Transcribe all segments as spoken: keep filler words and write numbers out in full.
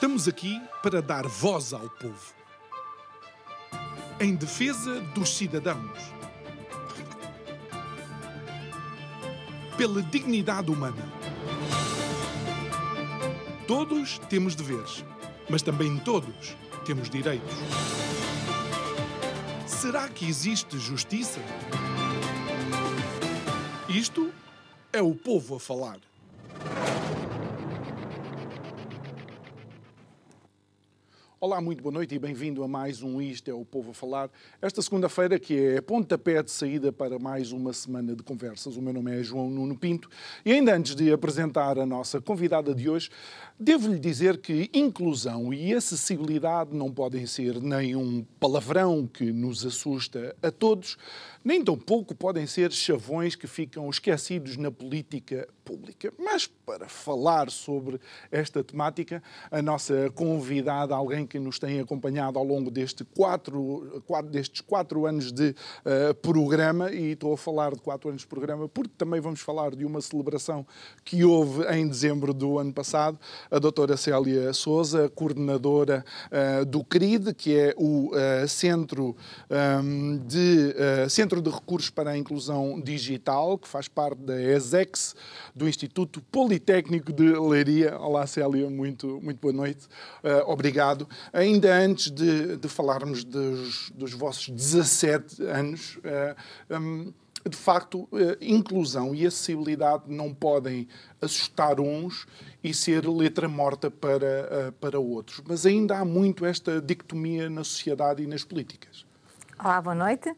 Estamos aqui para dar voz ao povo, em defesa dos cidadãos, pela dignidade humana. Todos temos deveres, mas também todos temos direitos. Será que existe justiça? Isto é o povo a falar. Olá, muito boa noite e bem-vindo a mais um Isto é o Povo a Falar. Esta segunda-feira, que é pontapé de saída para mais uma semana de conversas. O meu nome é João Nuno Pinto e ainda antes de apresentar a nossa convidada de hoje, devo-lhe dizer que inclusão e acessibilidade não podem ser nem um palavrão que nos assusta a todos, nem tampouco podem ser chavões que ficam esquecidos na política pública. Mas para falar sobre esta temática, a nossa convidada, alguém que nos tem acompanhado ao longo deste quatro, quatro, destes quatro anos de uh, programa, e estou a falar de quatro anos de programa porque também vamos falar de uma celebração que houve em dezembro do ano passado, a doutora Célia Sousa, coordenadora uh, do C R I D, que é o uh, Centro, um, de, uh, Centro de Recursos para a Inclusão Digital, que faz parte da ESEX, do Instituto Politécnico de Leiria. Olá, Célia, muito, muito boa noite. Uh, obrigado. Ainda antes de, de falarmos dos, dos vossos dezassete anos, uh, um, de facto, uh, inclusão e acessibilidade não podem assustar uns e ser letra morta para, uh, para outros. Mas ainda há muito esta dicotomia na sociedade e nas políticas. Olá, boa noite.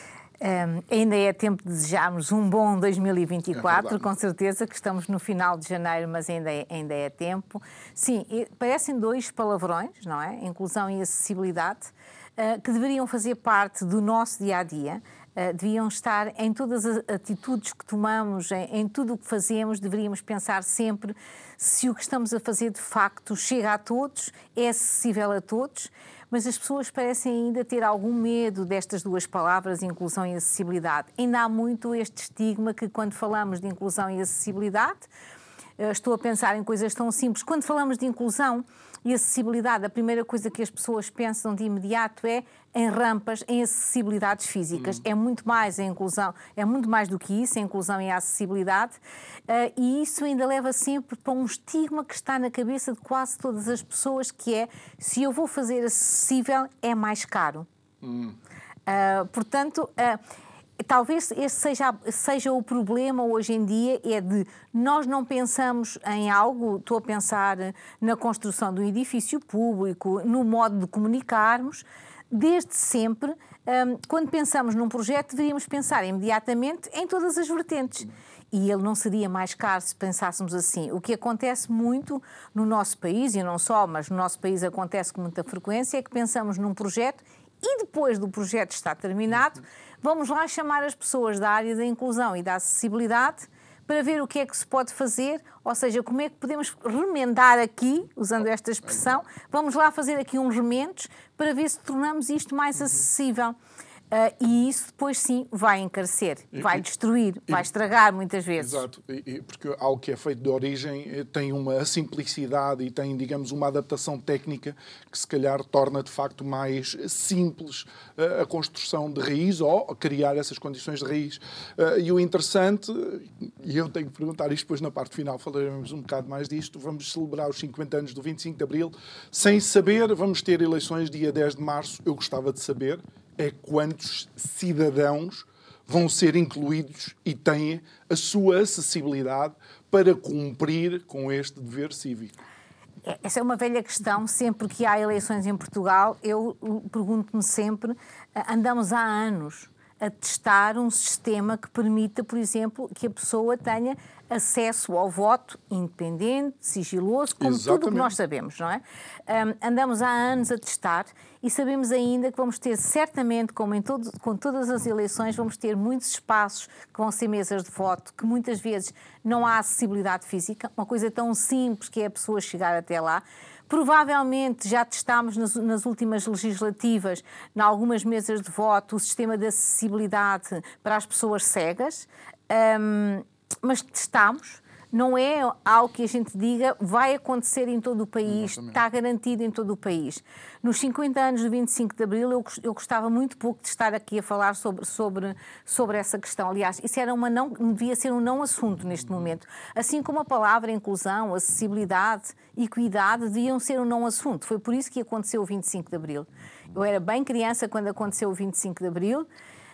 Um, ainda é tempo de desejarmos um bom dois mil e vinte e quatro, é com certeza que estamos no final de janeiro, mas ainda é, ainda é tempo. Sim, parecem dois palavrões, não é? Inclusão e acessibilidade, uh, que deveriam fazer parte do nosso dia-a-dia, uh, deviam estar em todas as atitudes que tomamos, em, em tudo o que fazemos, deveríamos pensar sempre se o que estamos a fazer de facto chega a todos, é acessível a todos. Mas as pessoas parecem ainda ter algum medo destas duas palavras, inclusão e acessibilidade. Ainda há muito este estigma que, quando falamos de inclusão e acessibilidade, estou a pensar em coisas tão simples. Quando falamos de inclusão e acessibilidade, a primeira coisa que as pessoas pensam de imediato é em rampas, em acessibilidades físicas. Hum. É muito mais a inclusão, é muito mais do que isso, a inclusão e a acessibilidade. Uh, e isso ainda leva sempre para um estigma que está na cabeça de quase todas as pessoas, que é, se eu vou fazer acessível, é mais caro. Hum. Uh, portanto... Uh, Talvez esse seja, seja o problema hoje em dia, é de nós não pensamos em algo, estou a pensar na construção do edifício público, no modo de comunicarmos. Desde sempre, quando pensamos num projeto, deveríamos pensar imediatamente em todas as vertentes. E ele não seria mais caro se pensássemos assim. O que acontece muito no nosso país, e não só, mas no nosso país acontece com muita frequência, é que pensamos num projeto e depois do projeto estar terminado, vamos lá chamar as pessoas da área da inclusão e da acessibilidade para ver o que é que se pode fazer, ou seja, como é que podemos remendar aqui, usando esta expressão, vamos lá fazer aqui uns remendos para ver se tornamos isto mais acessível. Uh, e isso depois sim vai encarecer, e, vai destruir, e, vai estragar muitas vezes. Exato, e, e, porque algo que é feito de origem tem uma simplicidade e tem, digamos, uma adaptação técnica que se calhar torna de facto mais simples uh, a construção de raiz ou criar essas condições de raiz. Uh, e o interessante, e eu tenho que perguntar isto depois na parte final, falaremos um bocado mais disto, vamos celebrar os cinquenta anos do vinte e cinco de Abril, sem saber, vamos ter eleições dia dez de março, eu gostava de saber é quantos cidadãos vão ser incluídos e têm a sua acessibilidade para cumprir com este dever cívico. Essa é uma velha questão. Sempre que há eleições em Portugal, eu pergunto-me sempre, andamos há anos a testar um sistema que permita, por exemplo, que a pessoa tenha acesso ao voto independente, sigiloso, como Exatamente. Tudo o que nós sabemos, não é? Um, andamos há anos a testar e sabemos ainda que vamos ter, certamente, como em todo, com todas as eleições, vamos ter muitos espaços que vão ser mesas de voto, que muitas vezes não há acessibilidade física, uma coisa tão simples que é a pessoa chegar até lá. Provavelmente já testámos nas, nas últimas legislativas, em algumas mesas de voto, o sistema de acessibilidade para as pessoas cegas, um, mas testámos. não é algo que a gente diga vai acontecer em todo o país, Exatamente. Está garantido em todo o país. Nos cinquenta anos do vinte e cinco de Abril, eu, eu gostava muito pouco de estar aqui a falar sobre, sobre, sobre essa questão. Aliás, isso era uma não, devia ser um não assunto neste momento. Assim como a palavra inclusão, acessibilidade, equidade deviam ser um não assunto. Foi por isso que aconteceu o vinte e cinco de Abril. Eu era bem criança quando aconteceu o vinte e cinco de Abril,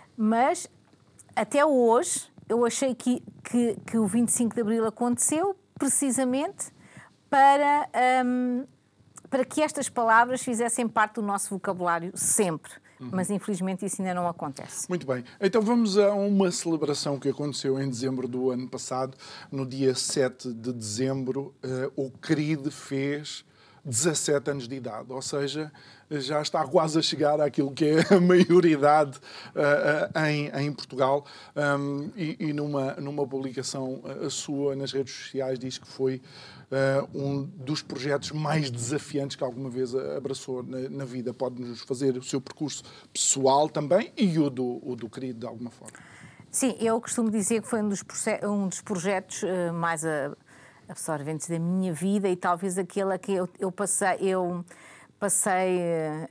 mas até hoje eu achei que, que, que o vinte e cinco de Abril aconteceu precisamente para, um, para que estas palavras fizessem parte do nosso vocabulário sempre. Uhum. Mas infelizmente isso ainda não acontece. Muito bem. Então vamos a uma celebração que aconteceu em dezembro do ano passado. No dia sete de dezembro, uh, o CRID fez dezassete anos de idade, ou seja, já está quase a chegar àquilo que é a maioridade uh, uh, em, em Portugal, um, e, e numa, numa publicação uh, sua nas redes sociais diz que foi uh, um dos projetos mais desafiantes que alguma vez abraçou na, na vida. Pode-nos fazer o seu percurso pessoal também e o do, o do CRID, de alguma forma. Sim, eu costumo dizer que foi um dos, um dos projetos uh, mais a absorventes da minha vida e talvez aquele a que eu, eu passei, eu passei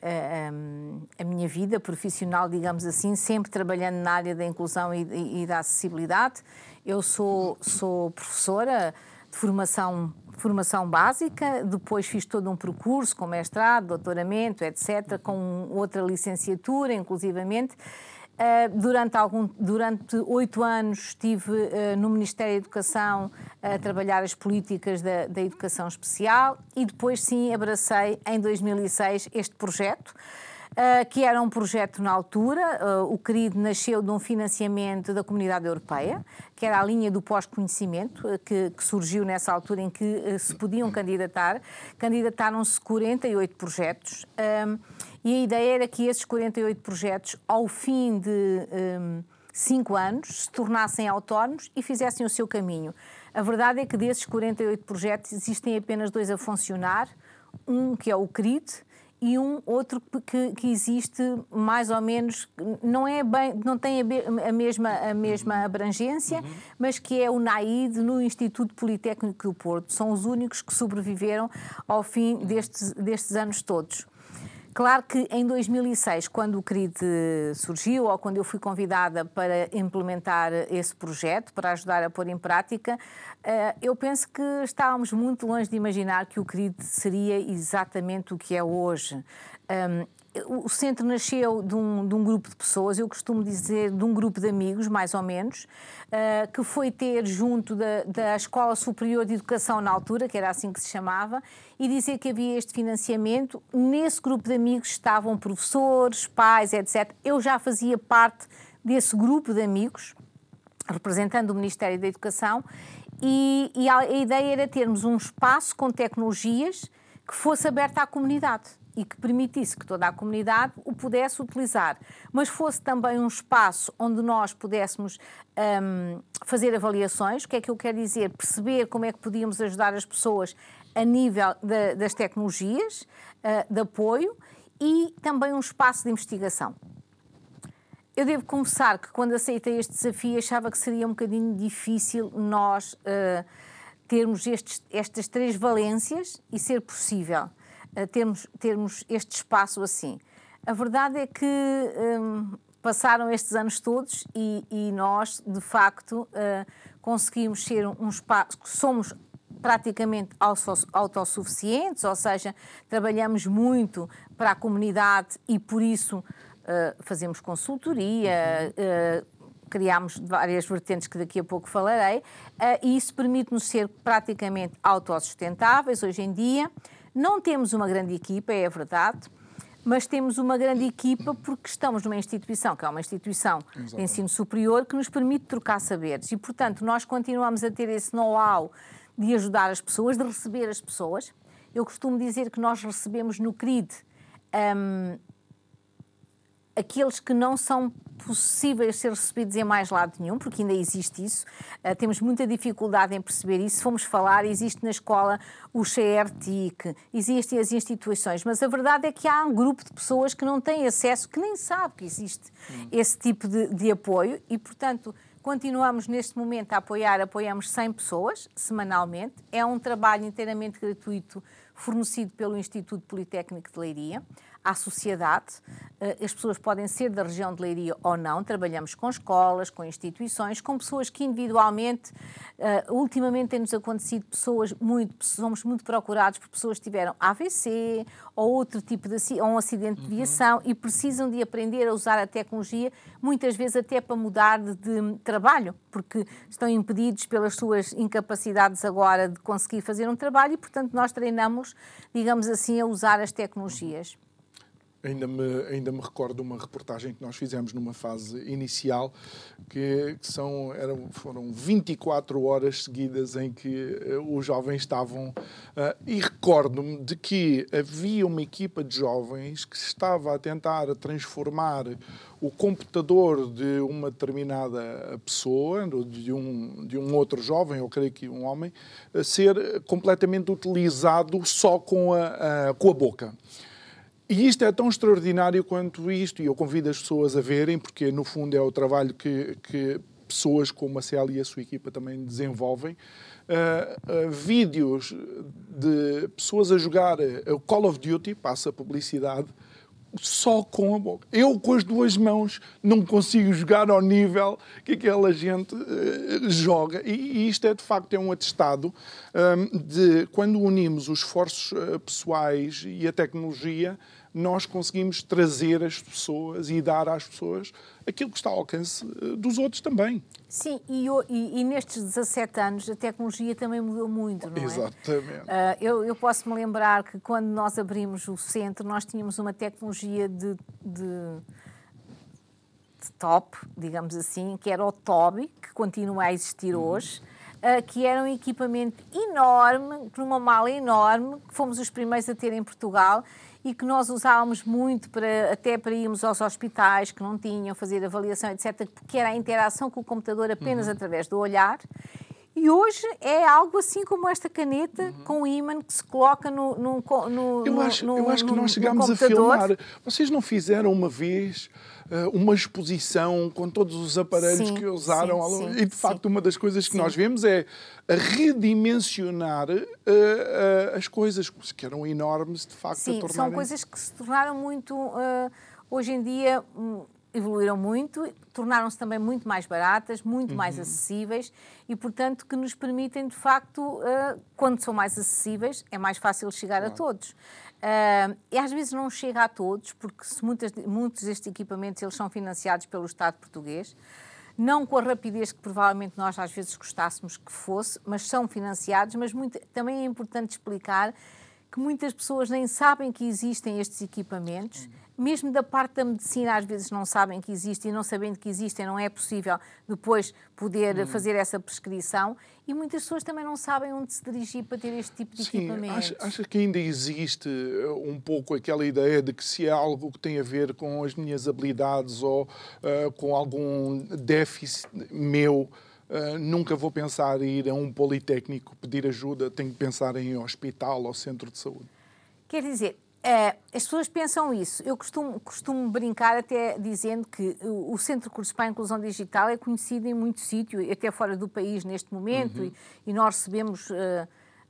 a, a, a minha vida profissional, digamos assim, sempre trabalhando na área da inclusão e, e, e da acessibilidade. Eu sou, sou professora de formação, formação básica, depois fiz todo um percurso com mestrado, doutoramento, etcétera, com outra licenciatura, inclusivamente. Uh, durante, algum, durante oito anos estive uh, no Ministério da Educação a trabalhar as políticas da, da educação especial e depois sim abracei em dois mil e seis este projeto, uh, que era um projeto na altura. Uh, o CRID nasceu de um financiamento da Comunidade Europeia, que era a linha do pós-conhecimento, uh, que, que surgiu nessa altura em que uh, se podiam candidatar. Candidataram-se quarenta e oito projetos. Um, E a ideia era que esses quarenta e oito projetos, ao fim de um, cinco anos, se tornassem autónomos e fizessem o seu caminho. A verdade é que desses quarenta e oito projetos existem apenas dois a funcionar, um que é o CRID e um outro que, que existe mais ou menos, não, é bem, não tem a, a, mesma, a mesma abrangência, uhum. mas que é o NAID no Instituto Politécnico do Porto. São os únicos que sobreviveram ao fim destes, destes anos todos. Claro que em dois mil e seis, quando o CRID surgiu, ou quando eu fui convidada para implementar esse projeto, para ajudar a pôr em prática, eu penso que estávamos muito longe de imaginar que o CRID seria exatamente o que é hoje. O centro nasceu de um, de um grupo de pessoas, eu costumo dizer de um grupo de amigos, mais ou menos, uh, que foi ter junto da, da Escola Superior de Educação na altura, que era assim que se chamava, e dizer que havia este financiamento. Nesse grupo de amigos estavam professores, pais, etcétera. Eu já fazia parte desse grupo de amigos, representando o Ministério da Educação, e, e a, a ideia era termos um espaço com tecnologias que fosse aberto à comunidade e que permitisse que toda a comunidade o pudesse utilizar, mas fosse também um espaço onde nós pudéssemos um, fazer avaliações. O que é que eu quero dizer? Perceber como é que podíamos ajudar as pessoas a nível de, das tecnologias, uh, de apoio, e também um espaço de investigação. Eu devo confessar que quando aceitei este desafio achava que seria um bocadinho difícil nós uh, termos estes, estas três valências e ser possível. Termos, termos este espaço assim. A verdade é que um, passaram estes anos todos e, e nós, de facto, uh, conseguimos ser um espaço, somos praticamente autossuficientes, ou seja, trabalhamos muito para a comunidade e, por isso, uh, fazemos consultoria, uh, criámos várias vertentes que daqui a pouco falarei, uh, e isso permite-nos ser praticamente autossustentáveis hoje em dia. Não temos uma grande equipa, é verdade, mas temos uma grande equipa porque estamos numa instituição, que é uma instituição Exatamente. de ensino superior, que nos permite trocar saberes. E, portanto, nós continuamos a ter esse know-how de ajudar as pessoas, de receber as pessoas. Eu costumo dizer que nós recebemos no CRID um, aqueles que não são possíveis ser recebidos em mais lado nenhum, porque ainda existe isso. Uh, temos muita dificuldade em perceber isso. Se formos falar, existe na escola o C R T I C, existem as instituições, mas a verdade é que há um grupo de pessoas que não têm acesso, que nem sabe que existe hum. esse tipo de, de apoio e, portanto, continuamos neste momento a apoiar, apoiamos cem pessoas semanalmente. É um trabalho inteiramente gratuito fornecido pelo Instituto Politécnico de Leiria à sociedade. As pessoas podem ser da região de Leiria ou não. Trabalhamos com escolas, com instituições, com pessoas que individualmente, uh, ultimamente tem-nos acontecido pessoas muito, somos muito procurados por pessoas que tiveram A V C ou outro tipo de ou um acidente de viação uhum. e precisam de aprender a usar a tecnologia, muitas vezes até para mudar de, de trabalho, porque estão impedidos pelas suas incapacidades agora de conseguir fazer um trabalho e, portanto, nós treinamos, digamos assim, a usar as tecnologias. Ainda me, ainda me recordo de uma reportagem que nós fizemos numa fase inicial, que, que são, eram, foram vinte e quatro horas seguidas em que uh, os jovens estavam... Uh, e recordo-me de que havia uma equipa de jovens que estava a tentar transformar o computador de uma determinada pessoa, de um, de um outro jovem, eu creio que um homem, a ser completamente utilizado só com a, a, com a boca. E isto é tão extraordinário quanto isto, e eu convido as pessoas a verem, porque no fundo é o trabalho que, que pessoas como a Célia e a sua equipa também desenvolvem. Uh, uh, vídeos de pessoas a jogar o Call of Duty, passa a publicidade, só com a boca. Eu, com as duas mãos, não consigo jogar ao nível que aquela gente uh, joga. E, e isto é, de facto, é um atestado um, de quando unimos os esforços uh, pessoais e a tecnologia, nós conseguimos trazer as pessoas e dar às pessoas aquilo que está ao alcance uh, dos outros também. Sim, e, eu, e, e nestes dezassete anos a tecnologia também mudou muito, não é? Exatamente. Uh, eu, eu posso me lembrar que quando nós abrimos o centro, nós tínhamos uma tecnologia de, de, de top, digamos assim, que era o Toby, que continua a existir uhum. hoje, uh, que era um equipamento enorme, por uma mala enorme, que fomos os primeiros a ter em Portugal, e que nós usávamos muito para, até para irmos aos hospitais que não tinham, fazer avaliação, etcétera, porque era a interação com o computador apenas uhum. através do olhar. E hoje é algo assim como esta caneta uhum. com ímã que se coloca no, no, no, eu acho, no, eu acho que no, nós chegámos a filmar. Vocês não fizeram uma vez uh, uma exposição com todos os aparelhos sim, que usaram? Sim, sim, e, de facto, sim. uma das coisas que sim. nós vemos é a redimensionar uh, uh, as coisas que eram enormes, de facto, sim, a tornarem... são coisas que se tornaram muito... Uh, hoje em dia... Um, evoluíram muito, tornaram-se também muito mais baratas, muito uhum. mais acessíveis e, portanto, que nos permitem, de facto, uh, quando são mais acessíveis, é mais fácil chegar claro. a todos. Uh, e às vezes não chega a todos, porque se muitas, muitos destes equipamentos eles são financiados pelo Estado português, não com a rapidez que provavelmente nós às vezes gostássemos que fosse, mas são financiados, mas muito, também é importante explicar que muitas pessoas nem sabem que existem estes equipamentos, uhum. mesmo da parte da medicina às vezes não sabem que existem e não sabendo que existem não é possível depois poder uhum. fazer essa prescrição e muitas pessoas também não sabem onde se dirigir para ter este tipo de Sim, equipamentos. Acha, acha que ainda existe um pouco aquela ideia de que se é algo que tem a ver com as minhas habilidades ou uh, com algum déficit meu, Uh, nunca vou pensar em ir a um politécnico pedir ajuda, tenho que pensar em ir ao hospital ou centro de saúde? Quer dizer, uh, as pessoas pensam isso. Eu costumo, costumo brincar até dizendo que o, o Centro de Cursos para a Inclusão Digital é conhecido em muito sítio, até fora do país neste momento, uhum. e, e nós recebemos... Uh,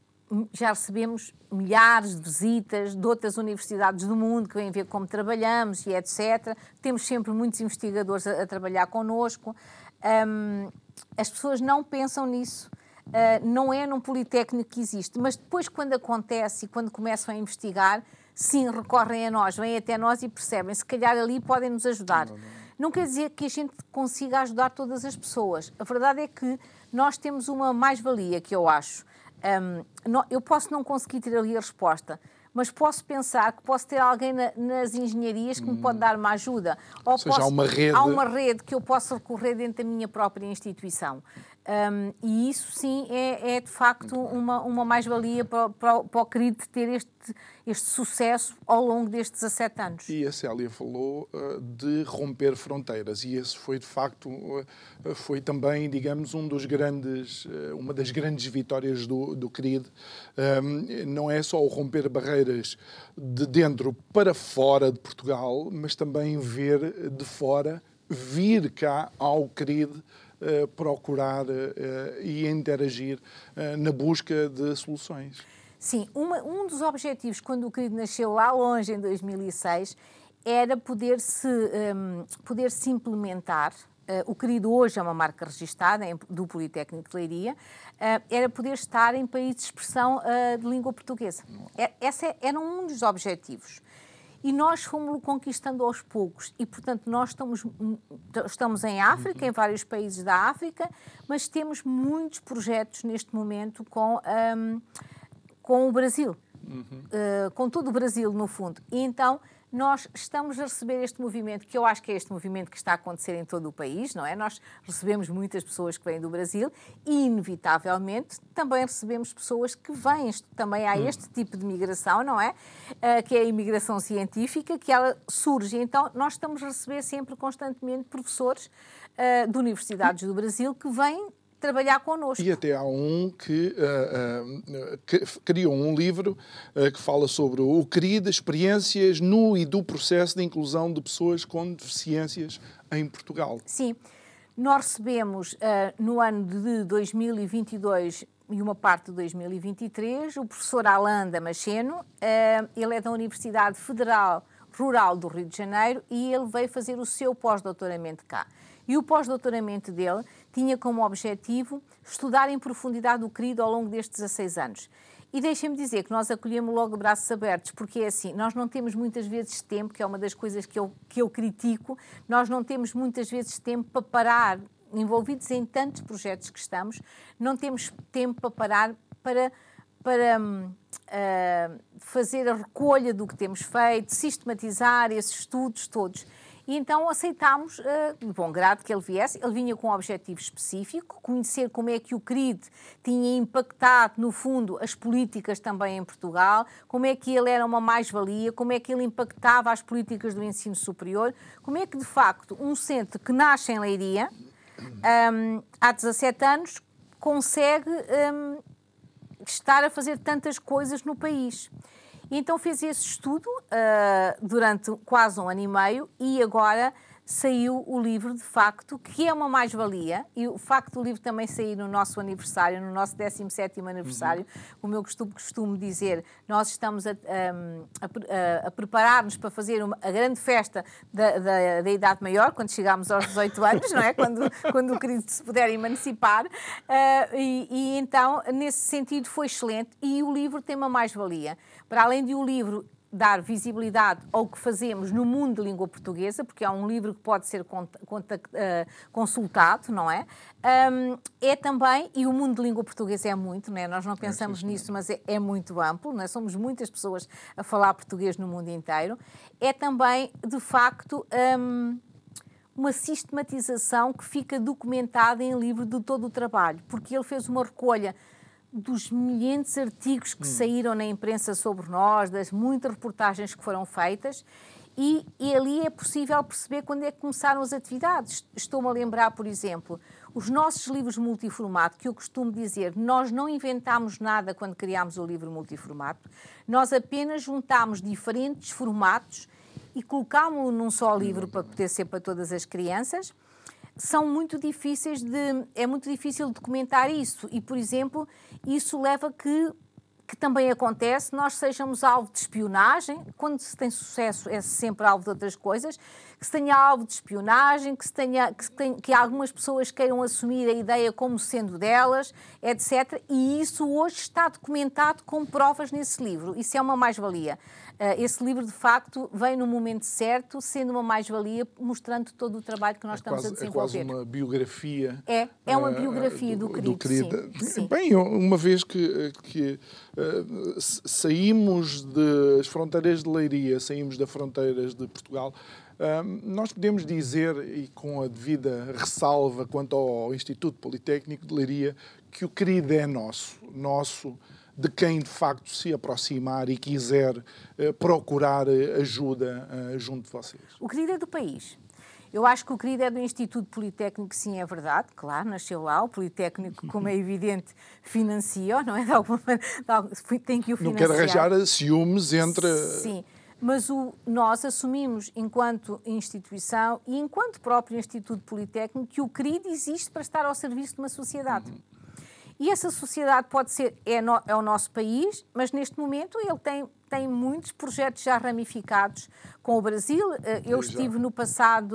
já recebemos milhares de visitas de outras universidades do mundo que vêm ver como trabalhamos e etcétera. Temos sempre muitos investigadores a, a trabalhar connosco. Um, as pessoas não pensam nisso. Uh, não é num politécnico que existe. Mas depois, quando acontece e quando começam a investigar, sim, recorrem a nós, vêm até nós e percebem. Se calhar ali podem nos ajudar. Não, não. não quer dizer que a gente consiga ajudar todas as pessoas. A verdade é que nós temos uma mais-valia, que eu acho. Um, não, eu posso não conseguir ter ali a resposta, mas posso pensar que posso ter alguém na, nas engenharias que hum. me pode dar uma ajuda. Ou, Ou seja, posso, há uma rede... há uma rede que eu posso recorrer dentro da minha própria instituição. Um, e isso, sim, é, é de facto uma, uma mais-valia para, para, para o querido ter este, este sucesso ao longo destes dezassete anos. E a Célia falou uh, de romper fronteiras e esse foi, de facto, uh, foi também, digamos, um dos grandes, uh, uma das grandes vitórias do, do querido. Um, não é só o romper barreiras de dentro para fora de Portugal, mas também ver de fora, vir cá ao querido uh, procurar uh, e interagir uh, na busca de soluções. Sim, uma, um dos objetivos, quando o CRID nasceu lá longe, em dois mil e seis, era poder-se um, poder-se implementar. Uh, o CRID hoje é uma marca registada em, do Politécnico de Leiria, uh, era poder estar em país de expressão uh, de língua portuguesa. É, esse é, era um dos objetivos. E nós fomos conquistando aos poucos. E, portanto, nós estamos, estamos em África, em vários países da África, mas temos muitos projetos neste momento com... Um, com o Brasil, uhum. uh, com todo o Brasil, no fundo. E então, nós estamos a receber este movimento, que eu acho que é este movimento que está a acontecer em todo o país, não é? Nós recebemos muitas pessoas que vêm do Brasil e, inevitavelmente, também recebemos pessoas que vêm, também há este uhum. tipo de migração, não é? Uh, que é a imigração científica, que ela surge. Então, nós estamos a receber sempre, constantemente, professores uh, de universidades do Brasil que vêm trabalhar connosco. E até há um que, uh, uh, que criou um livro uh, que fala sobre o CRID, experiências no e do processo de inclusão de pessoas com deficiências em Portugal. Sim. Nós recebemos uh, no ano de dois mil e vinte e dois e uma parte de dois mil e vinte e três o professor Alain Damasceno. Uh, ele é da Universidade Federal Rural do Rio de Janeiro e ele veio fazer o seu pós-doutoramento cá. E o pós-doutoramento dele tinha como objetivo estudar em profundidade o CRID ao longo destes dezasseis anos. E deixem-me dizer que nós acolhemos logo de braços abertos, porque é assim, nós não temos muitas vezes tempo, que é uma das coisas que eu, que eu critico, nós não temos muitas vezes tempo para parar, envolvidos em tantos projetos que estamos, não temos tempo para parar para... para uh, fazer a recolha do que temos feito, sistematizar esses estudos todos. E então aceitámos, uh, de bom grado, que ele viesse. Ele vinha com um objetivo específico, conhecer como é que o CRID tinha impactado, no fundo, as políticas também em Portugal, como é que ele era uma mais-valia, como é que ele impactava as políticas do ensino superior, como é que, de facto, um centro que nasce em Leiria, um, há dezassete anos, consegue... Um, estar a fazer tantas coisas no país. E então fez esse estudo uh, durante quase um ano e meio e agora saiu o livro, de facto, que é uma mais-valia, e o facto do livro também sair no nosso aniversário, no nosso décimo sétimo aniversário, uhum. como eu costumo, costumo dizer, nós estamos a, a, a, a preparar-nos para fazer uma, a grande festa da, da, da idade maior, quando chegarmos aos dezoito anos, não é? Quando, quando o querido se puder emancipar, uh, e, e então, nesse sentido, foi excelente, e o livro tem uma mais-valia. Para além de o livro dar visibilidade ao que fazemos no mundo de língua portuguesa, porque é um livro que pode ser contact, uh, consultado, não é? Um, é também, e o mundo de língua portuguesa é muito, não é? Nós não pensamos é, nisso, mas é, é muito amplo, não é? Somos muitas pessoas a falar português no mundo inteiro. É também, de facto, um, uma sistematização que fica documentada em livro de todo o trabalho, porque ele fez uma recolha dos milhentos artigos que hum. saíram na imprensa sobre nós, das muitas reportagens que foram feitas, e, e ali é possível perceber quando é que começaram as atividades. Estou-me a lembrar, por exemplo, os nossos livros multiformato, que eu costumo dizer, nós não inventámos nada quando criámos o livro multiformato, nós apenas juntámos diferentes formatos e colocámos-lo num só livro para poder ser para todas as crianças. São muito difíceis de... É muito difícil documentar isso e, por exemplo, isso leva a que, que também acontece, nós sejamos alvo de espionagem, quando se tem sucesso é sempre alvo de outras coisas, que se tenha alvo de espionagem, que, se tenha, que, se tenha, que algumas pessoas queiram assumir a ideia como sendo delas, etcétera. E isso hoje está documentado com provas nesse livro. Isso é uma mais-valia. Esse livro, de facto, vem no momento certo, sendo uma mais-valia, mostrando todo o trabalho que nós é estamos quase, a desenvolver. É quase uma biografia. É, é uma biografia uh, do, do CRID, sim, sim. Bem, uma vez que, que uh, saímos das fronteiras de Leiria, saímos das fronteiras de Portugal, uh, nós podemos dizer, e com a devida ressalva quanto ao Instituto Politécnico de Leiria, que o CRID é nosso, nosso, de quem de facto se aproximar e quiser uh, procurar ajuda uh, junto de vocês. O CRID é do país. Eu acho que o CRID é do Instituto Politécnico, sim, é verdade, claro, nasceu lá, o Politécnico, como é evidente, financia, não é? De alguma maneira, tem que o financiar. Não quero arranjar ciúmes entre... Sim, mas o, nós assumimos, enquanto instituição e enquanto próprio Instituto Politécnico, que o CRID existe para estar ao serviço de uma sociedade. Uhum. E essa sociedade pode ser, é, no, é o nosso país, mas neste momento ele tem, tem muitos projetos já ramificados com o Brasil. Eu estive no passado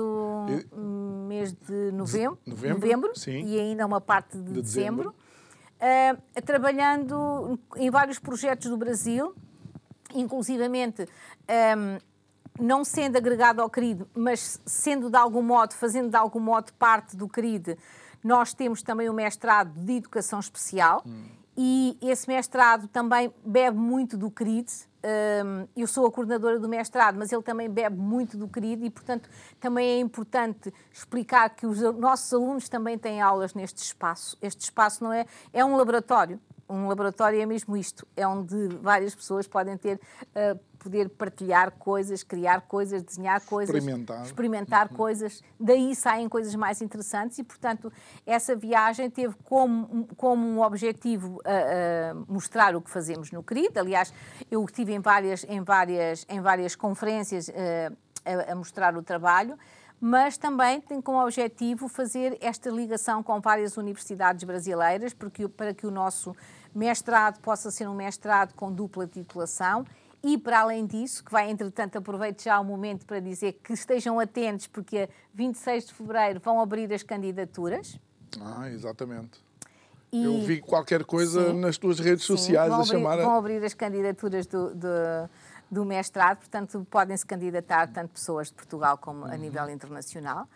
Eu... mês de novembro, novembro, novembro sim. e ainda uma parte de, de dezembro, dezembro. Uh, trabalhando em vários projetos do Brasil, inclusivamente um, não sendo agregado ao CRID, mas sendo de algum modo, fazendo de algum modo parte do CRID. Nós temos também o mestrado de Educação Especial hum. e esse mestrado também bebe muito do CRID. Um, eu sou a coordenadora do mestrado, mas ele também bebe muito do CRID e, portanto, também é importante explicar que os nossos alunos também têm aulas neste espaço. Este espaço não é, é um laboratório. Um laboratório é mesmo isto, é onde várias pessoas podem ter, uh, poder partilhar coisas, criar coisas, desenhar coisas, experimentar, experimentar uhum. coisas, daí saem coisas mais interessantes e, portanto, essa viagem teve como, como um objetivo uh, uh, mostrar o que fazemos no CRID. Aliás, eu estive em várias, em várias, em várias conferências uh, a, a mostrar o trabalho, mas também tem como objetivo fazer esta ligação com várias universidades brasileiras, porque, para que o nosso mestrado possa ser um mestrado com dupla titulação e, para além disso, que vai, entretanto, aproveito já o momento para dizer que estejam atentos, porque a vinte e seis de fevereiro vão abrir as candidaturas. Ah, exatamente. E, eu vi qualquer coisa sim, nas tuas redes sim, sociais vão a abrir, chamar... A... Vão abrir as candidaturas do... do do mestrado, portanto, podem-se candidatar tanto pessoas de Portugal como a nível internacional.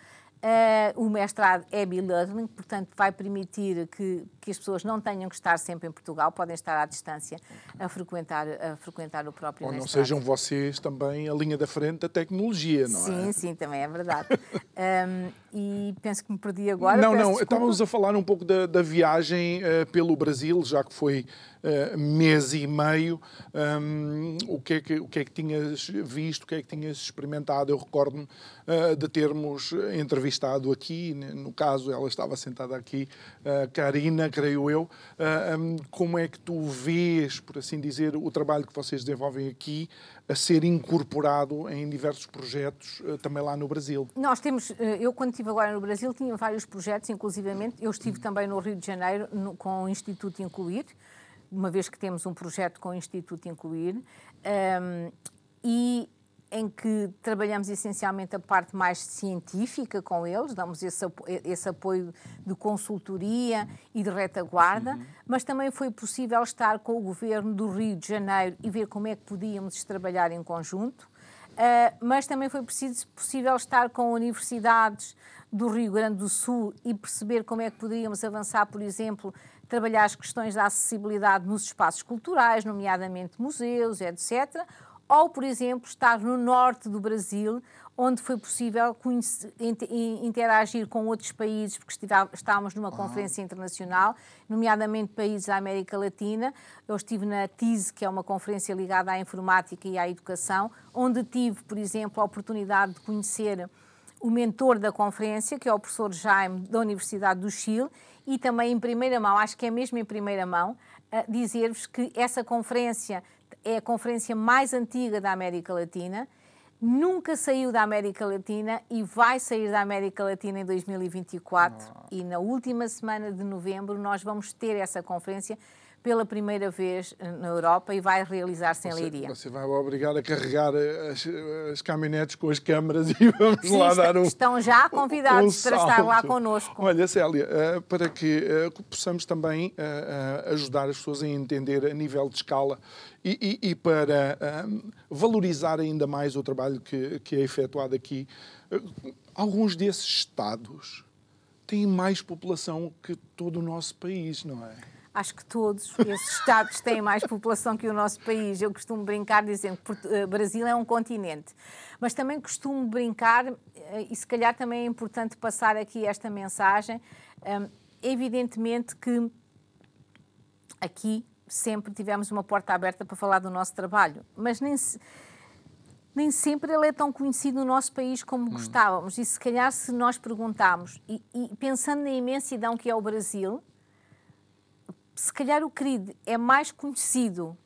Uh, o mestrado é e-learning, portanto, vai permitir que, que as pessoas não tenham que estar sempre em Portugal, podem estar à distância a frequentar, a frequentar o próprio Ou mestrado. não sejam vocês também a linha da frente da tecnologia, não sim, é? Sim, sim, também é verdade. um, e penso que me perdi agora. Não, Peço não, desculpa. Estávamos a falar um pouco da, da viagem uh, pelo Brasil, já que foi uh, mês e meio. Um, o, que é que, o que é que tinhas visto, o que é que tinhas experimentado? Eu recordo-me uh, de termos entrevistado aqui, no caso ela estava sentada aqui, uh, Karina, creio eu. Uh, um, como é que tu vês, por assim dizer, o trabalho que vocês desenvolvem aqui a ser incorporado em diversos projetos uh, também lá no Brasil? Nós temos, eu quando estive agora no Brasil tinha vários projetos, inclusivamente, eu estive também no Rio de Janeiro no, com o Instituto Incluir, uma vez que temos um projeto com o Instituto Incluir, um, e em que trabalhamos essencialmente a parte mais científica com eles, damos esse, esse apoio de consultoria e de retaguarda, uhum. mas também foi possível estar com o Governo do Rio de Janeiro e ver como é que podíamos trabalhar em conjunto, uh, mas também foi preciso, possível estar com universidades do Rio Grande do Sul e perceber como é que poderíamos avançar, por exemplo, trabalhar as questões da acessibilidade nos espaços culturais, nomeadamente museus, etcétera, ou, por exemplo, estar no norte do Brasil, onde foi possível conhecer, interagir com outros países, porque estávamos numa conferência internacional, nomeadamente países da América Latina. Eu estive na T I S, que é uma conferência ligada à informática e à educação, onde tive, por exemplo, a oportunidade de conhecer o mentor da conferência, que é o professor Jaime, da Universidade do Chile, e também em primeira mão, acho que é mesmo em primeira mão, uh, dizer-vos que essa conferência é a conferência mais antiga da América Latina, nunca saiu da América Latina e vai sair da América Latina em dois mil e vinte e quatro. Oh. E na última semana de novembro nós vamos ter essa conferência pela primeira vez na Europa e vai realizar-se em Leiria. Você vai obrigar a carregar as, as caminhonetes com as câmaras e vamos Sim, lá dar um estão já convidados um para estar lá connosco. Olha, Célia, para que possamos também ajudar as pessoas a entender a nível de escala e, e, e para um, valorizar ainda mais o trabalho que, que é efetuado aqui, alguns desses estados têm mais população que todo o nosso país, não é? Acho que todos esses estados têm mais população que o nosso país. Eu costumo brincar dizendo que o Brasil é um continente. Mas também costumo brincar, e se calhar também é importante passar aqui esta mensagem, evidentemente que aqui sempre tivemos uma porta aberta para falar do nosso trabalho, mas nem, nem sempre ele é tão conhecido no nosso país como hum. gostávamos. E se calhar se nós perguntarmos, e, e pensando na imensidão que é o Brasil, se calhar o CRID é mais conhecido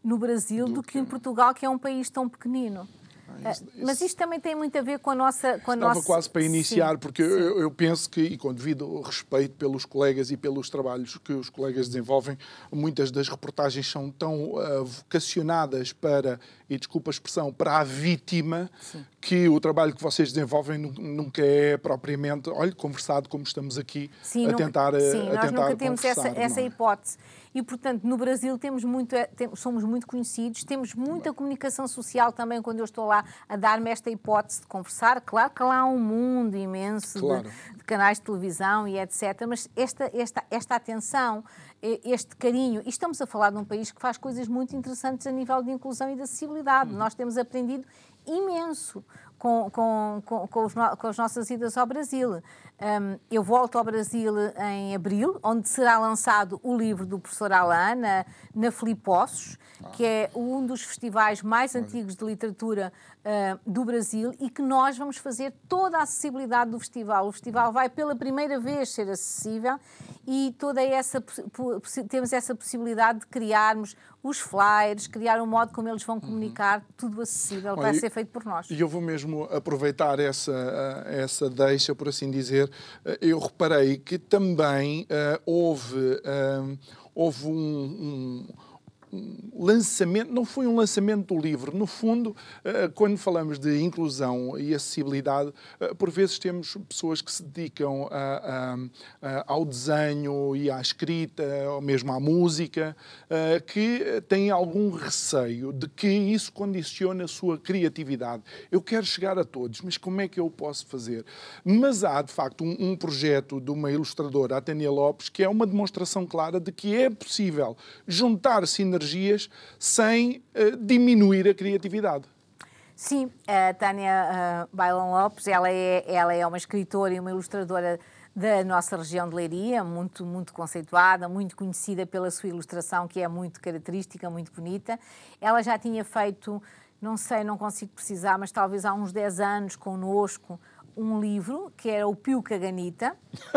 no Brasil do, do que, que em Portugal, que é um país tão pequenino. Ah, isso, isso... Mas isto também tem muito a ver com a nossa... Com a Estava nossa... quase para iniciar, sim, porque sim. Eu, eu penso que, e com devido respeito pelos colegas e pelos trabalhos que os colegas desenvolvem, muitas das reportagens são tão uh, vocacionadas para, e desculpa a expressão, para a vítima, sim. que o trabalho que vocês desenvolvem nunca é propriamente, olha, conversado como estamos aqui sim, a nunca, tentar Sim, a nós tentar nunca temos essa, essa é? hipótese. E, portanto, no Brasil temos muito, somos muito conhecidos, temos muita comunicação social também quando eu estou lá a dar-me esta hipótese de conversar. Claro que lá há um mundo imenso claro. de, de canais de televisão e etcétera. Mas esta, esta, esta atenção, este carinho, e estamos a falar de um país que faz coisas muito interessantes a nível de inclusão e de acessibilidade. Uhum. Nós temos aprendido imenso com, com, com, com, os no, com as nossas idas ao Brasil. Um, eu volto ao Brasil em abril, onde será lançado o livro do professor Alain, na, na Filipossos, ah. que é um dos festivais mais antigos de literatura uh, do Brasil e que nós vamos fazer toda a acessibilidade do festival. O festival vai pela primeira vez ser acessível e toda essa, temos essa possibilidade de criarmos os flyers, criar um modo como eles vão comunicar, uhum. tudo acessível, Olha, vai ser feito por nós. E eu vou mesmo aproveitar essa, essa deixa, por assim dizer. Eu reparei que também uh, houve, uh, houve um, um lançamento, não foi um lançamento do livro. No fundo, quando falamos de inclusão e acessibilidade, por vezes temos pessoas que se dedicam a, a, ao desenho e à escrita, ou mesmo à música, que têm algum receio de que isso condicione a sua criatividade. Eu quero chegar a todos, mas como é que eu posso fazer? Mas há, de facto, um, um projeto de uma ilustradora, a Tânia Lopes, que é uma demonstração clara de que é possível juntar sinergias sem uh, diminuir a criatividade. Sim, a Tânia uh, Bailão Lopes, ela é, ela é uma escritora e uma ilustradora da nossa região de Leiria, muito, muito conceituada, muito conhecida pela sua ilustração, que é muito característica, muito bonita. Ela já tinha feito, não sei, não consigo precisar, mas talvez há uns dez anos connosco, um livro, que era o Pio Caganita,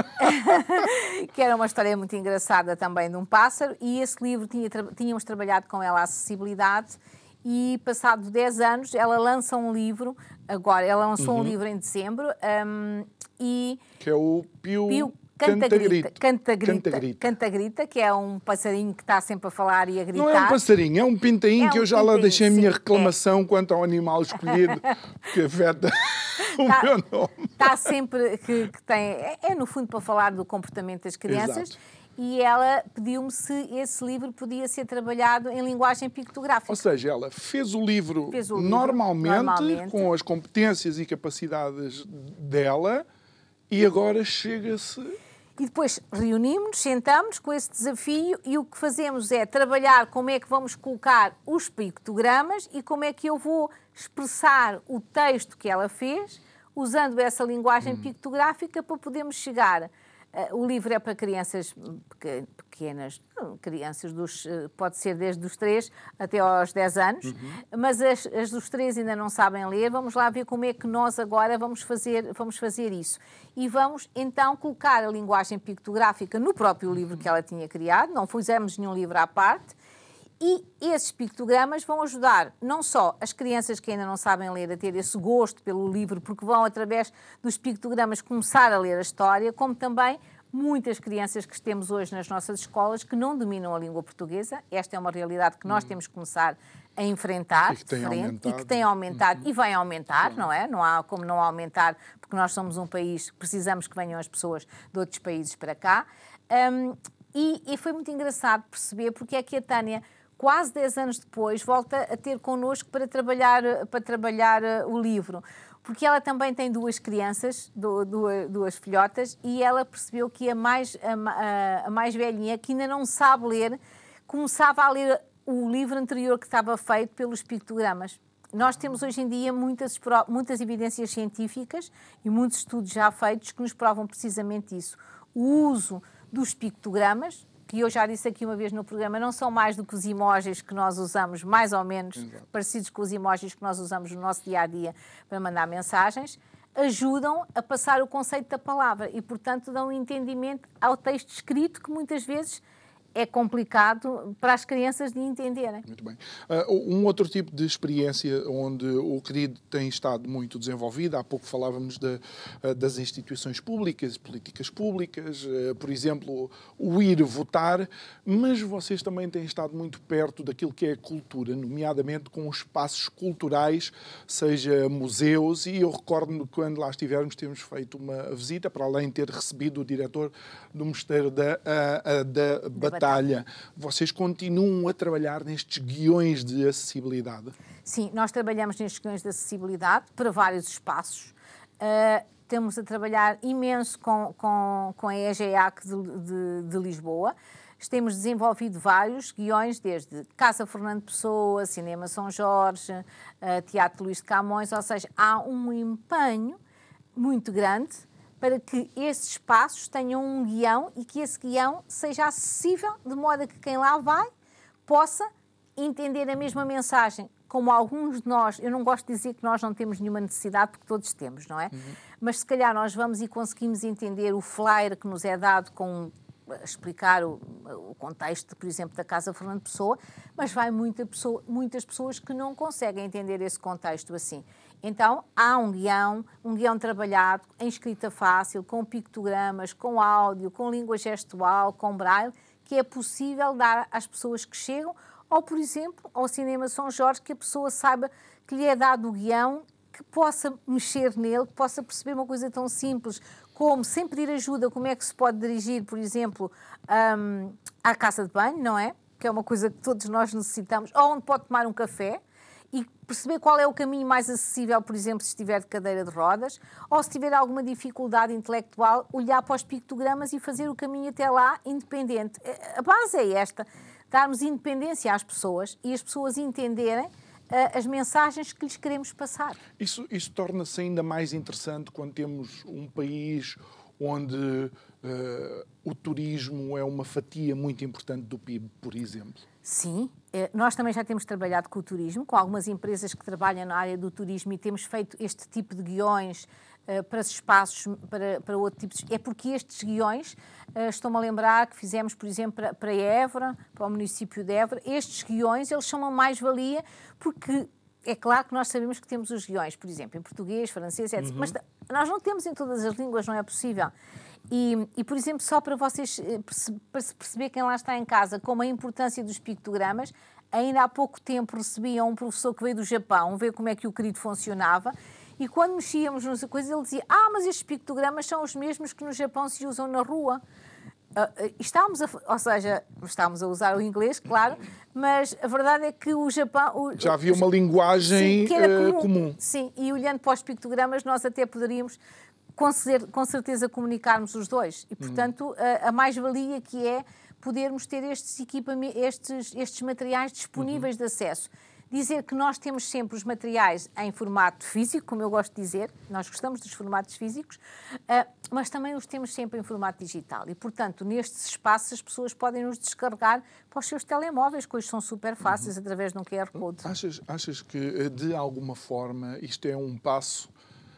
que era uma história muito engraçada também de um pássaro, e esse livro tinha, tínhamos trabalhado com ela a acessibilidade, e passado dez anos ela lança um livro, agora, ela lançou uhum. um livro em dezembro, um, e... Que é o Pio... Pio Cantagrita, Cantagrita, Cantagrita, Cantagrita, que é um passarinho que está sempre a falar e a gritar. Não é um passarinho, é um pintainho é um que eu já lá deixei a minha reclamação é. quanto ao animal escolhido que afeta o tá, meu nome. Está sempre, que, que tem, é, é no fundo para falar do comportamento das crianças. Exato. E ela pediu-me se esse livro podia ser trabalhado em linguagem pictográfica. Ou seja, ela fez o livro, fez o livro normalmente, normalmente, com as competências e capacidades dela, e agora chega-se... E depois reunimos-nos, sentamos com esse desafio e o que fazemos é trabalhar como é que vamos colocar os pictogramas e como é que eu vou expressar o texto que ela fez usando essa linguagem hum. pictográfica para podermos chegar. Uh, o livro é para crianças pequenas, crianças dos, pode ser desde os três até aos dez anos, uhum. mas as, as dos três ainda não sabem ler. Vamos lá ver como é que nós agora vamos fazer, vamos fazer isso. E vamos então colocar a linguagem pictográfica no próprio livro que ela tinha criado, não fizemos nenhum livro à parte, e esses pictogramas vão ajudar não só as crianças que ainda não sabem ler a ter esse gosto pelo livro, porque vão, através dos pictogramas, começar a ler a história, como também muitas crianças que temos hoje nas nossas escolas que não dominam a língua portuguesa. Esta é uma realidade que nós hum. temos que começar a enfrentar e que tem de frente, aumentado, e que tem aumentado uhum. e vai aumentar, não é? Não há como não aumentar, porque nós somos um país que precisamos que venham as pessoas de outros países para cá. Um, e, e foi muito engraçado perceber porque é que a Tânia, quase dez anos depois, volta a ter connosco para trabalhar, para trabalhar uh, o livro. Porque ela também tem duas crianças, duas, duas filhotas, e ela percebeu que a mais, a, a mais velhinha, que ainda não sabe ler, começava a ler o livro anterior que estava feito pelos pictogramas. Nós temos hoje em dia muitas, muitas evidências científicas e muitos estudos já feitos que nos provam precisamente isso. O uso dos pictogramas, que eu já disse aqui uma vez no programa, não são mais do que os emojis que nós usamos, mais ou menos Exato. parecidos com os emojis que nós usamos no nosso dia-a-dia para mandar mensagens, ajudam a passar o conceito da palavra e, portanto, dão um entendimento ao texto escrito que muitas vezes é complicado para as crianças de entenderem. Muito bem. Uh, um outro tipo de experiência onde o querido tem estado muito desenvolvido, há pouco falávamos de, uh, das instituições públicas, políticas públicas, uh, por exemplo, o ir votar, mas vocês também têm estado muito perto daquilo que é a cultura, nomeadamente com espaços culturais, seja museus, e eu recordo-me quando lá estivermos, temos feito uma visita, para além de ter recebido o diretor do Mosteiro da, a, a, da, da Batalha. Batalha. Vocês continuam a trabalhar nestes guiões de acessibilidade? Sim, nós trabalhamos nestes guiões de acessibilidade para vários espaços. Uh, temos a trabalhar imenso com, com, com a E G A C de, de, de Lisboa. Temos desenvolvido vários guiões, desde Casa Fernando Pessoa, Cinema São Jorge, uh, Teatro Luís de Camões, ou seja, há um empenho muito grande para que esses espaços tenham um guião e que esse guião seja acessível, de modo a que quem lá vai possa entender a mesma mensagem. Como alguns de nós, eu não gosto de dizer que nós não temos nenhuma necessidade, porque todos temos, não é? Uhum. Mas se calhar nós vamos e conseguimos entender o flyer que nos é dado com explicar o, o contexto, por exemplo, da Casa Fernando Pessoa, mas vai muita pessoa, muitas pessoas que não conseguem entender esse contexto assim. Então, há um guião, um guião trabalhado, em escrita fácil, com pictogramas, com áudio, com língua gestual, com braille, que é possível dar às pessoas que chegam, ou, por exemplo, ao Cinema São Jorge, que a pessoa saiba que lhe é dado o guião, que possa mexer nele, que possa perceber uma coisa tão simples como, sem pedir ajuda, como é que se pode dirigir, por exemplo, um, à casa de banho, não é? Que é uma coisa que todos nós necessitamos, ou onde pode tomar um café, e perceber qual é o caminho mais acessível, por exemplo, se estiver de cadeira de rodas, ou se tiver alguma dificuldade intelectual, olhar para os pictogramas e fazer o caminho até lá independente. A base é esta, darmos independência às pessoas e as pessoas entenderem uh, as mensagens que lhes queremos passar. Isso, isso torna-se ainda mais interessante quando temos um país onde uh, o turismo é uma fatia muito importante do P I B, por exemplo. Sim, nós também já temos trabalhado com o turismo, com algumas empresas que trabalham na área do turismo, e temos feito este tipo de guiões uh, para espaços, para, para outro tipo de... É porque estes guiões, uh, estou-me a lembrar que fizemos, por exemplo, para, para Évora, para o município de Évora, estes guiões, eles são uma mais-valia, porque é claro que nós sabemos que temos os guiões, por exemplo, em português, francês, etcétera. Uhum. Mas nós não temos em todas as línguas, não é possível. E, e, por exemplo, só para vocês para se perceber quem lá está em casa, como a importância dos pictogramas, ainda há pouco tempo recebia um professor que veio do Japão, ver como é que o querido funcionava, e quando mexíamos nas coisas, ele dizia: ah, mas estes pictogramas são os mesmos que no Japão se usam na rua. Uh, estávamos a, ou seja, estávamos a usar o inglês, claro, mas a verdade é que o Japão... O, Já havia uma linguagem sim, que era comum. comum. Sim, e olhando para os pictogramas, nós até poderíamos... Com, ser, com certeza comunicarmos os dois. E, portanto, a, a mais-valia que é podermos ter estes equipamentos, estes, estes materiais disponíveis uhum. de acesso. Dizer que nós temos sempre os materiais em formato físico, como eu gosto de dizer, nós gostamos dos formatos físicos, uh, mas também os temos sempre em formato digital. E, portanto, nestes espaços as pessoas podem nos descarregar para os seus telemóveis, que hoje são super fáceis, uhum. através de um Q R Code. Achas, achas que, de alguma forma, isto é um passo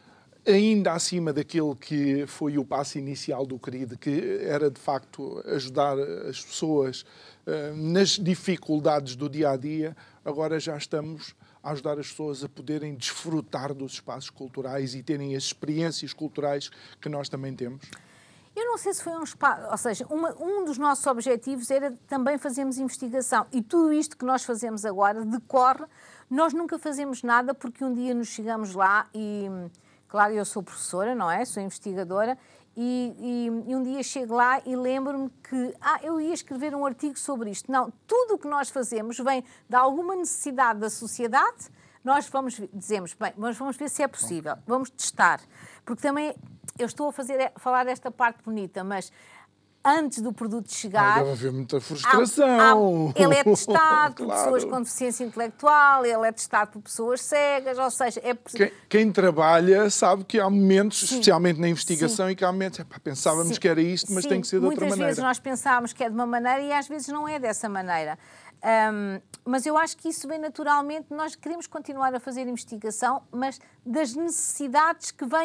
ainda acima daquele que foi o passo inicial do querido, que era, de facto, ajudar as pessoas uh, nas dificuldades do dia-a-dia, agora já estamos a ajudar as pessoas a poderem desfrutar dos espaços culturais e terem as experiências culturais que nós também temos? Eu não sei se foi um espaço, ou seja, uma, um dos nossos objetivos era também fazermos investigação, e tudo isto que nós fazemos agora decorre, nós nunca fazemos nada porque um dia nos chegamos lá e... Claro, eu sou professora, não é? Sou investigadora e, e, e um dia chego lá e lembro-me que ah, eu ia escrever um artigo sobre isto. Não, tudo o que nós fazemos vem de alguma necessidade da sociedade, nós vamos, dizemos, bem, mas vamos ver se é possível, vamos testar. Porque também, eu estou a fazer, a falar esta parte bonita, mas... antes do produto chegar... Ai, deve haver muita frustração. Há, há, ele é testado por claro. pessoas com deficiência intelectual, ele é testado por pessoas cegas, ou seja... É... Quem, quem trabalha sabe que há momentos, sim. especialmente na investigação, sim. e que há momentos... Epá, pensávamos sim. que era isto, mas sim. tem que ser de outra maneira. Muitas vezes nós pensávamos que é de uma maneira e às vezes não é dessa maneira. Um, mas eu acho que isso vem naturalmente, nós queremos continuar a fazer investigação, mas das necessidades que venham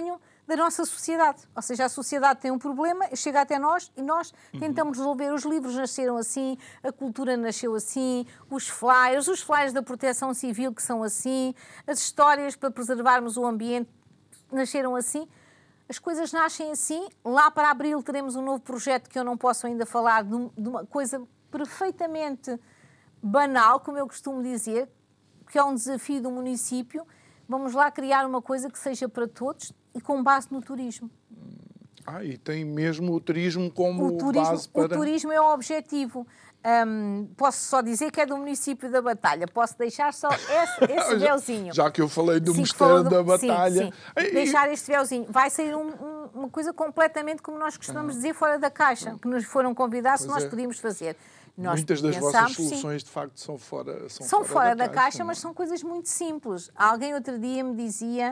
da nossa sociedade. Ou seja, a sociedade tem um problema, chega até nós e nós tentamos resolver. Os livros nasceram assim, a cultura nasceu assim, os flyers, os flyers da Proteção Civil que são assim, as histórias para preservarmos o ambiente nasceram assim. As coisas nascem assim. Lá para abril teremos um novo projeto que eu não posso ainda falar, de uma coisa perfeitamente banal, como eu costumo dizer, que é um desafio do município. Vamos lá criar uma coisa que seja para todos e com base no turismo. Ah, e tem mesmo o turismo como o turismo, base para... O turismo é o objetivo. Um, posso só dizer que é do município da Batalha. Posso deixar só esse, esse véuzinho. Já que eu falei do sim, Mosteiro do... da Batalha. Sim, sim. E... Deixar este véuzinho. Vai sair um, um, uma coisa completamente, como nós costumamos ah. dizer, fora da caixa. Que nos foram convidados, se nós é. podíamos fazer. Nós Muitas das vossas soluções, sim, de facto, são fora, são são fora, fora da, da caixa, caixa, mas são coisas muito simples. Alguém outro dia me dizia...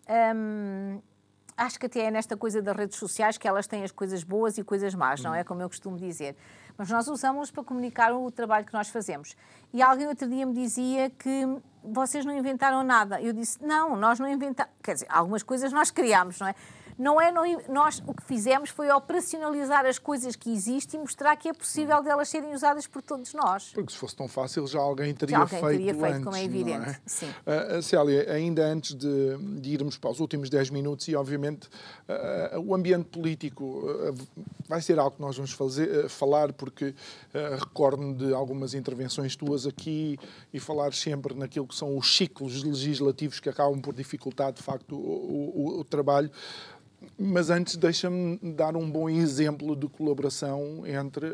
Hum, acho que até é nesta coisa das redes sociais que elas têm as coisas boas e coisas más, não é? Como eu costumo dizer. Mas nós usamos para comunicar o trabalho que nós fazemos. E alguém outro dia me dizia que vocês não inventaram nada. Eu disse, não, nós não inventamos. Quer dizer, algumas coisas nós criámos, não é? Não é nós, o que fizemos foi operacionalizar as coisas que existem e mostrar que é possível delas serem usadas por todos nós. Porque se fosse tão fácil já alguém teria já alguém feito teria feito, antes, como é evidente. É? Sim. Uh, Célia, ainda antes de, de irmos para os últimos dez minutos, e obviamente uh, o ambiente político uh, vai ser algo que nós vamos fazer, uh, falar, porque uh, recordo-me de algumas intervenções tuas aqui e falar sempre naquilo que são os ciclos legislativos que acabam por dificultar, de facto, o, o, o trabalho. Mas antes, deixa-me dar um bom exemplo de colaboração entre,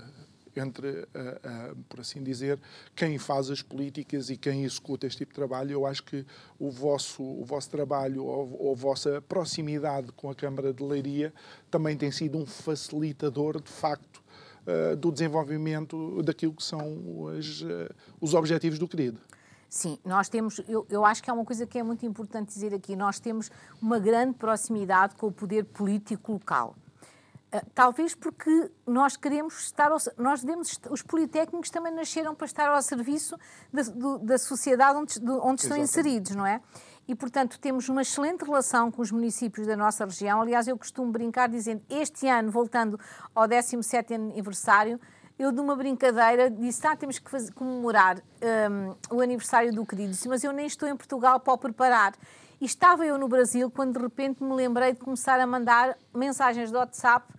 entre por assim dizer, quem faz as políticas e quem executa este tipo de trabalho. Eu acho que o vosso, o vosso trabalho ou, ou a vossa proximidade com a Câmara de Leiria também tem sido um facilitador, de facto, do desenvolvimento daquilo que são os, os objetivos do querido. Sim, nós temos, eu, eu acho que é uma coisa que é muito importante dizer aqui, nós temos uma grande proximidade com o poder político local. Uh, talvez porque nós queremos estar, ao, nós devemos, os politécnicos também nasceram para estar ao serviço da, do, da sociedade onde, do, onde estão inseridos, não é? E, portanto, temos uma excelente relação com os municípios da nossa região. Aliás, eu costumo brincar dizendo, este ano, voltando ao décimo sétimo aniversário, eu, de uma brincadeira, disse, ah, temos que fazer, comemorar um, o aniversário do querido. Disse, mas eu nem estou em Portugal para o preparar. E estava eu no Brasil quando, de repente, me lembrei de começar a mandar mensagens de WhatsApp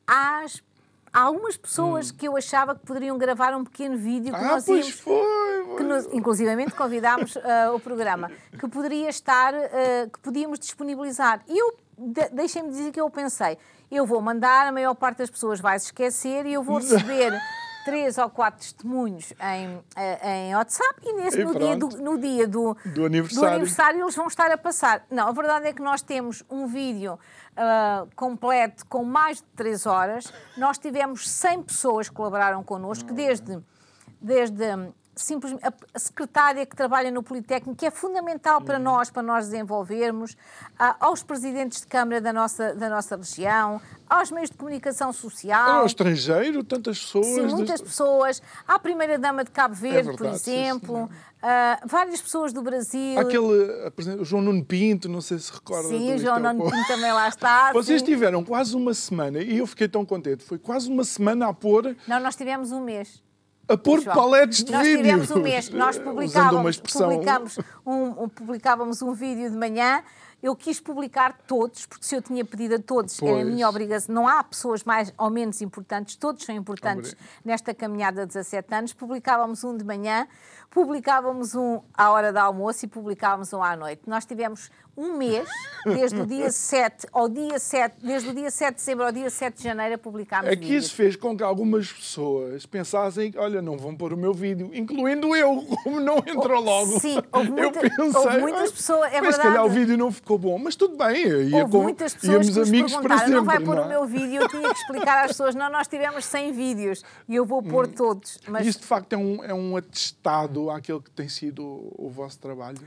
às, a algumas pessoas hum. que eu achava que poderiam gravar um pequeno vídeo que ah, nós pois íamos... foi! Que nos, inclusivamente convidámos uh, o programa, que poderia estar, uh, que podíamos disponibilizar. E eu, de, deixem-me dizer que eu pensei, eu vou mandar, a maior parte das pessoas vai se esquecer e eu vou receber três ou quatro testemunhos em, em WhatsApp e, nesse, e no, dia do, no dia do, do, aniversário. do aniversário eles vão estar a passar. Não, a verdade é que nós temos um vídeo uh, completo com mais de três horas. Nós tivemos cem pessoas que colaboraram connosco, desde... desde simplesmente a secretária que trabalha no Politécnico, que é fundamental para nós, para nós desenvolvermos, aos presidentes de Câmara da nossa, da nossa região, aos meios de comunicação social. Ao estrangeiro, tantas pessoas. Sim, muitas de... pessoas. À primeira-dama de Cabo Verde, é verdade, por exemplo. Sim, uh, várias pessoas do Brasil. Aquele, o João Nuno Pinto, não sei se recorda. Sim, o João Nuno Pinto também lá está. Vocês sim. tiveram quase uma semana, e eu fiquei tão contente, foi quase uma semana a pôr... Não, nós tivemos um mês. A pôr paletes de nós vídeo. Nós tivemos um mês, nós publicávamos, publicávamos, um, um, publicávamos um vídeo de manhã. Eu quis publicar todos, porque se eu tinha pedido a todos, pois. Era a minha obrigação. Não há pessoas mais ou menos importantes, todos são importantes Obrigado. Nesta caminhada de dezassete anos. Publicávamos um de manhã, publicávamos um à hora do almoço e publicávamos um à noite. Nós tivemos um mês, desde o dia sete ao dia sete, desde o dia sete de dezembro ao dia sete de janeiro, a publicarmos É que vídeos. Isso fez com que algumas pessoas pensassem, olha, não vão pôr o meu vídeo, incluindo eu, como não entrou logo. Sim, houve, muita, eu pensei, houve muitas pessoas, é mas verdade. se calhar o vídeo não ficou bom, mas tudo bem. Ia houve com, muitas pessoas que nos amigos perguntaram, sempre, não vai pôr não é? o meu vídeo, eu tinha que explicar às pessoas, não, nós tivemos cem vídeos e eu vou pôr hum. todos. Mas... Isso, de facto, é um, é um atestado àquele que tem sido o, o vosso trabalho?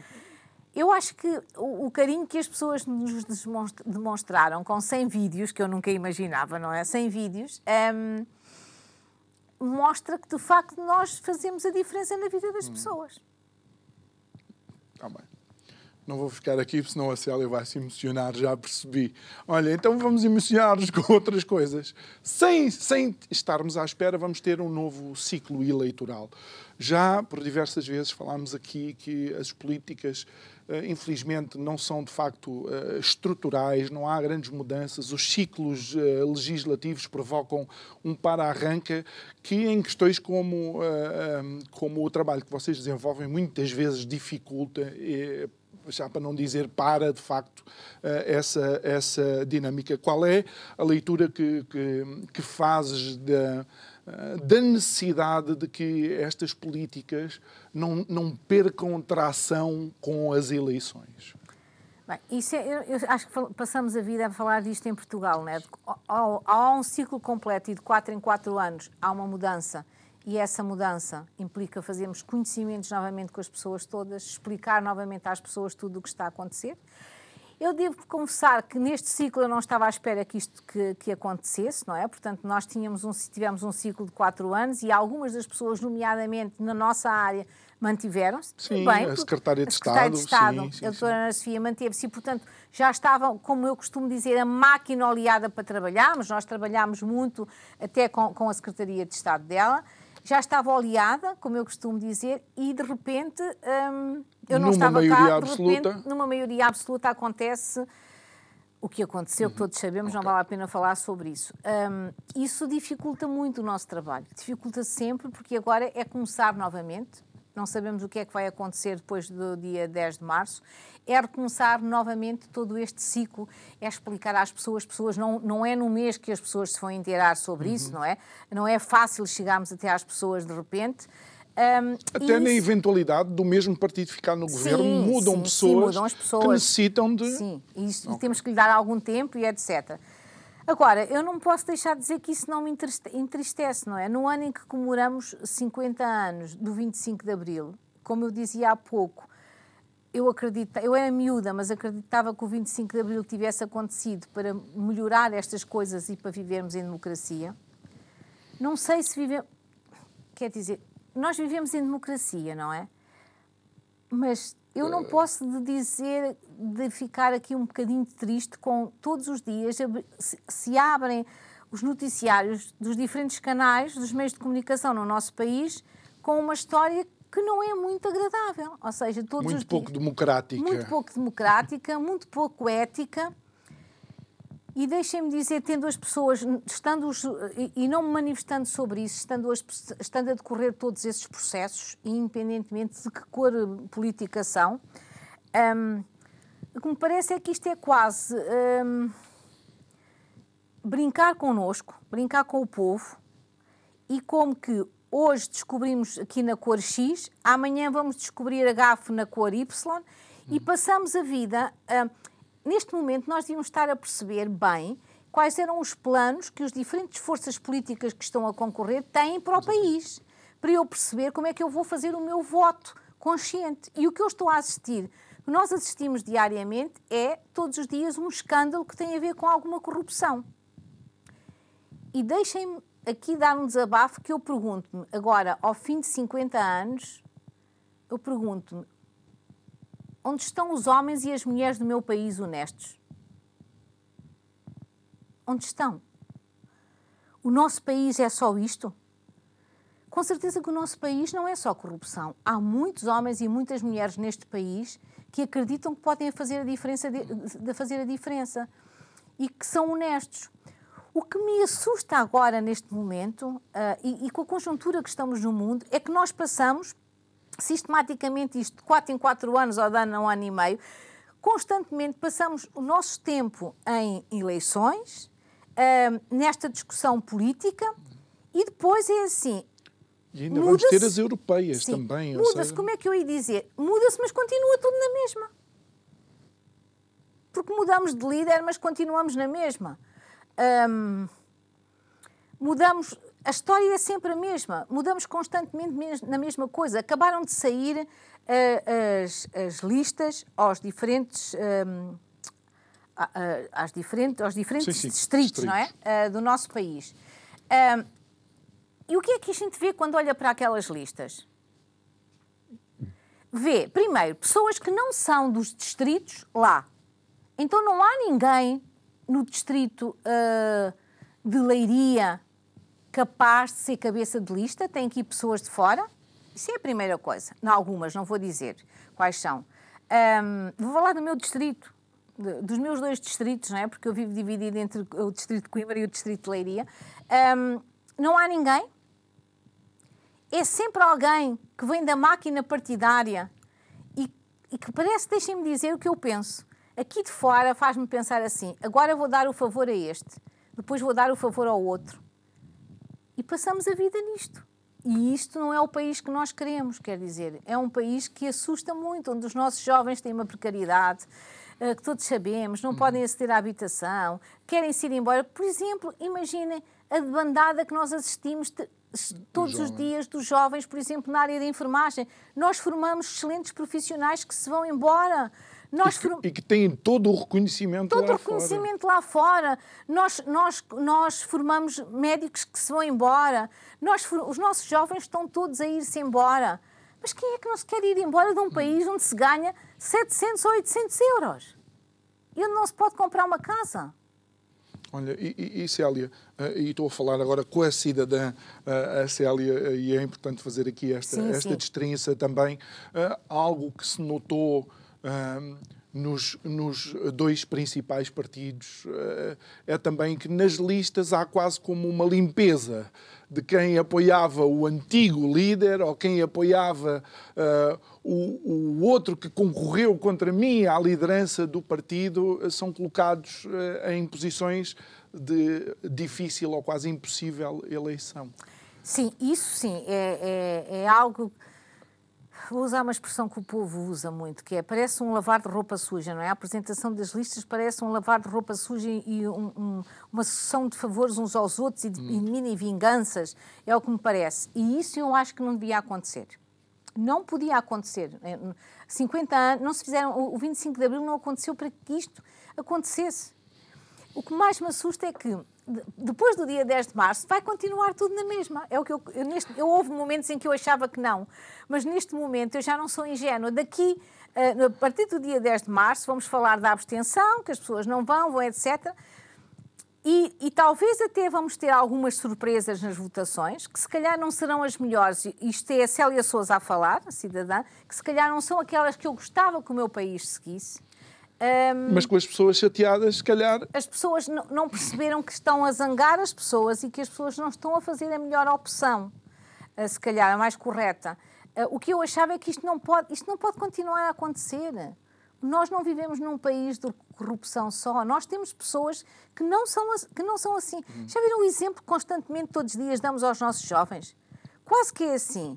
Eu acho que o, o carinho que as pessoas nos demonstraram com cem vídeos, que eu nunca imaginava, não é? cem vídeos, um, mostra que, de facto, nós fazemos a diferença na vida das hum. pessoas. Está bem. Não vou ficar aqui, senão a Célia vai se emocionar, já percebi. Olha, então vamos emocionar-nos com outras coisas. Sem, sem estarmos à espera, vamos ter um novo ciclo eleitoral. Já, por diversas vezes, falámos aqui que as políticas, infelizmente, não são, de facto, estruturais, não há grandes mudanças. Os ciclos legislativos provocam um para-arranca que, em questões como, como o trabalho que vocês desenvolvem, muitas vezes dificulta, já para não dizer para, de facto, essa, essa dinâmica. Qual é a leitura que, que, que fazes da, da necessidade de que estas políticas não, não percam tração com as eleições? Bem, isso é, eu, eu acho que passamos a vida a falar disto em Portugal, né? Há, há um ciclo completo e de quatro em quatro anos há uma mudança. E essa mudança implica fazermos conhecimentos novamente com as pessoas todas, explicar novamente às pessoas tudo o que está a acontecer. Eu devo confessar que neste ciclo eu não estava à espera que isto que, que acontecesse, não é? Portanto, nós tínhamos um, tivemos um ciclo de quatro anos e algumas das pessoas, nomeadamente na nossa área, mantiveram-se. Sim, bem, a Secretária de a Secretária Estado, de Estado sim, sim, a doutora Ana Sofia, manteve-se e, portanto, já estava, como eu costumo dizer, a máquina oleada para trabalharmos. Nós trabalhámos muito até com, com a Secretaria de Estado dela. Já estava oleada, como eu costumo dizer, e de repente hum, eu não numa estava cá, absoluta. de repente, numa maioria absoluta acontece o que aconteceu, uhum. que todos sabemos, okay. Não vale a pena falar sobre isso. Hum, isso dificulta muito o nosso trabalho, dificulta sempre, porque agora é começar novamente, não sabemos o que é que vai acontecer depois do dia dez de março, é recomeçar novamente todo este ciclo, é explicar às pessoas, pessoas não, não é no mês que as pessoas se vão inteirar sobre uhum. isso, não é? Não é fácil chegarmos até às pessoas de repente. Um, até na isso... eventualidade do mesmo partido ficar no governo, sim, mudam, sim, pessoas sim, mudam as pessoas que necessitam de... Sim, e, isto, okay. e temos que lhe dar algum tempo e etcétera. Agora, eu não posso deixar de dizer que isso não me entristece, não é? No ano em que comemoramos cinquenta anos do vinte e cinco de Abril, como eu dizia há pouco, eu acredito, eu era miúda, mas acreditava que o vinte e cinco de Abril tivesse acontecido para melhorar estas coisas e para vivermos em democracia. Não sei se vivemos... Quer dizer, nós vivemos em democracia, não é? Mas eu não posso de dizer, de ficar aqui um bocadinho triste com todos os dias, se abrem os noticiários dos diferentes canais, dos meios de comunicação no nosso país, com uma história que não é muito agradável. Ou seja, todos muito os pouco dias, democrática. Muito pouco democrática, muito pouco ética. E deixem-me dizer, tendo as pessoas, estando os, e não me manifestando sobre isso, estando, as, estando a decorrer todos esses processos, independentemente de que cor política são, um, o que me parece é que isto é quase um, brincar connosco, brincar com o povo, e como que hoje descobrimos aqui na cor X, amanhã vamos descobrir a gafe na cor Y, hum. e passamos a vida... Um, Neste momento, nós devíamos estar a perceber bem quais eram os planos que as diferentes forças políticas que estão a concorrer têm para o país, para eu perceber como é que eu vou fazer o meu voto consciente. E o que eu estou a assistir, que nós assistimos diariamente, é, todos os dias, um escândalo que tem a ver com alguma corrupção. E deixem-me aqui dar um desabafo que eu pergunto-me, agora, ao fim de cinquenta anos, eu pergunto-me, onde estão os homens e as mulheres do meu país honestos? Onde estão? O nosso país é só isto? Com certeza que o nosso país não é só corrupção. Há muitos homens e muitas mulheres neste país que acreditam que podem fazer a diferença, de, de fazer a diferença e que são honestos. O que me assusta agora, neste momento, uh, e, e com a conjuntura que estamos no mundo, é que nós passamos sistematicamente isto de quatro em quatro anos ou de ano a um ano e meio, constantemente passamos o nosso tempo em eleições, uh, nesta discussão política, e depois é assim... E ainda vamos ter as europeias sim, também. Muda-se, seja... como é que eu ia dizer? Muda-se, mas continua tudo na mesma. Porque mudamos de líder, mas continuamos na mesma. Um, mudamos... A história é sempre a mesma, mudamos constantemente na mesma coisa. Acabaram de sair uh, as, as listas aos diferentes, um, a, a, às diferentes, aos diferentes sim, sim, distritos, distritos. Não é? Uh, do nosso país. Um, e o que é que a gente vê quando olha para aquelas listas? vê, primeiro, pessoas que não são dos distritos lá. Então não há ninguém no distrito uh, de Leiria capaz de ser cabeça de lista, tem aqui pessoas de fora. Isso é a primeira coisa. Não, algumas, não vou dizer quais são. Um, vou falar do meu distrito, de, dos meus dois distritos, não é? Porque eu vivo dividido entre o distrito de Coimbra e o distrito de Leiria. Um, não há ninguém. É sempre alguém que vem da máquina partidária e, e que parece, deixem-me dizer o que eu penso. Aqui de fora faz-me pensar assim, agora vou dar o favor a este, depois vou dar o favor ao outro. E passamos a vida nisto. E isto não é o país que nós queremos, quer dizer, é um país que assusta muito, onde os nossos jovens têm uma precariedade, que todos sabemos, não podem aceder à habitação, querem se ir embora. Por exemplo, imaginem a debandada que nós assistimos todos os dias dos jovens, por exemplo, na área da enfermagem. Nós formamos excelentes profissionais que se vão embora. Nós e, que, e que têm todo o reconhecimento todo lá o reconhecimento fora. lá fora. Nós, nós, nós formamos médicos que se vão embora. Nós, os nossos jovens estão todos a ir-se embora. Mas quem é que não se quer ir embora de um país onde se ganha setecentos ou oitocentos euros? E onde não se pode comprar uma casa? Olha, e, e, e Célia, uh, e estou a falar agora com a cidadã, uh, a Célia, uh, e é importante fazer aqui esta, sim, esta sim. destrinça também, uh, algo que se notou uh, nos, nos dois principais partidos, uh, é também que nas listas há quase como uma limpeza de quem apoiava o antigo líder ou quem apoiava uh, o, o outro que concorreu contra mim à liderança do partido, uh, são colocados uh, em posições de difícil ou quase impossível eleição. Sim, isso sim, é, é, é algo... Vou usar uma expressão que o povo usa muito, que é, parece um lavar de roupa suja, não é? A apresentação das listas parece um lavar de roupa suja e um, um, uma sucessão de favores uns aos outros e de hum. e mini-vinganças, é o que me parece. E isso eu acho que não devia acontecer. Não podia acontecer. cinquenta anos, não se fizeram, o vinte e cinco de Abril não aconteceu para que isto acontecesse. O que mais me assusta é que, depois do dia dez de março, vai continuar tudo na mesma. É o que eu, eu, neste, eu houve momentos em que eu achava que não, mas neste momento eu já não sou ingênua. Daqui, uh, a partir do dia dez de março, vamos falar da abstenção, que as pessoas não vão, vão, etcétera. E, e talvez até vamos ter algumas surpresas nas votações, que se calhar não serão as melhores. Isto é a Célia Sousa a falar, a cidadã, que se calhar não são aquelas que eu gostava que o meu país seguisse. Um, Mas com as pessoas chateadas, se calhar... As pessoas não, não perceberam que estão a zangar as pessoas e que as pessoas não estão a fazer a melhor opção, uh, se calhar a mais correta. Uh, o que eu achava é que isto não pode, isto não pode continuar a acontecer. Nós não vivemos num país de corrupção só. Nós temos pessoas que não são, que não são assim. Uhum. Já viram o exemplo que constantemente, todos os dias, damos aos nossos jovens? Quase que é assim.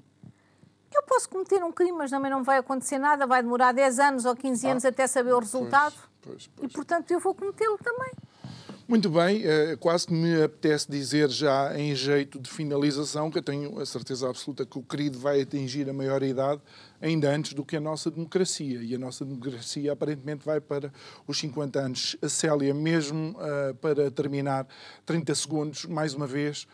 Eu posso cometer um crime, mas também não vai acontecer nada, vai demorar dez anos ou quinze anos ah, até saber o resultado. Pois, pois, pois. E, portanto, eu vou cometê-lo também. Muito bem, quase que me apetece dizer já em jeito de finalização que eu tenho a certeza absoluta que o querido vai atingir a maior idade ainda antes do que a nossa democracia. E a nossa democracia aparentemente vai para os cinquenta anos. A Célia, mesmo uh, para terminar, trinta segundos, mais uma vez,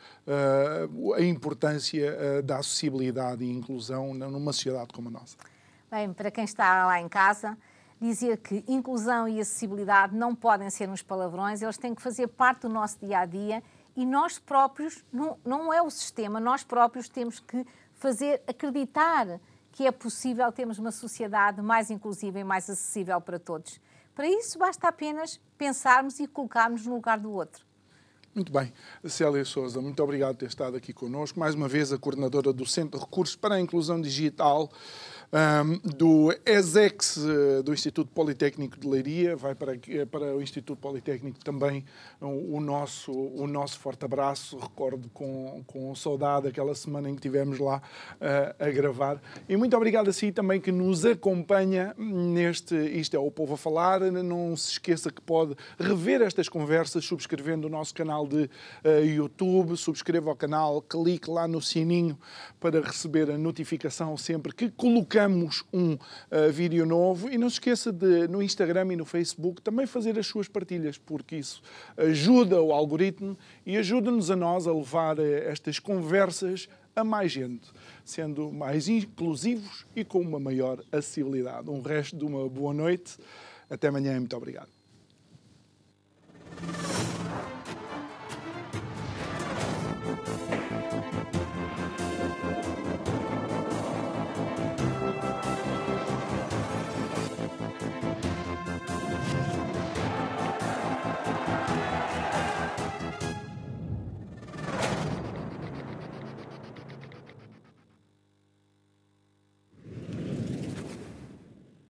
uh, a importância uh, da acessibilidade e inclusão numa sociedade como a nossa. Bem, para quem está lá em casa... dizer que inclusão e acessibilidade não podem ser uns palavrões, eles têm que fazer parte do nosso dia-a-dia e nós próprios, não, não é o sistema, nós próprios temos que fazer acreditar que é possível termos uma sociedade mais inclusiva e mais acessível para todos. Para isso basta apenas pensarmos e colocarmos no lugar do outro. Muito bem. Célia Sousa, muito obrigado por ter estado aqui connosco. Mais uma vez, a coordenadora do Centro de Recursos para a Inclusão Digital, um, do ESEX, do Instituto Politécnico de Leiria. Vai para, para o Instituto Politécnico também o, o, nosso, o nosso forte abraço. Recordo com, com saudade aquela semana em que estivemos lá uh, a gravar. E muito obrigado a si também que nos acompanha neste Isto é o Povo a Falar. Não se esqueça que pode rever estas conversas subscrevendo o nosso canal de uh, YouTube, subscreva o canal, clique lá no sininho para receber a notificação sempre que colocamos um uh, vídeo novo e não se esqueça de, no Instagram e no Facebook, também fazer as suas partilhas, porque isso ajuda o algoritmo e ajuda-nos a nós a levar uh, estas conversas a mais gente. sendo mais inclusivos e com uma maior acessibilidade. Um resto de uma boa noite. Até amanhã e muito obrigado.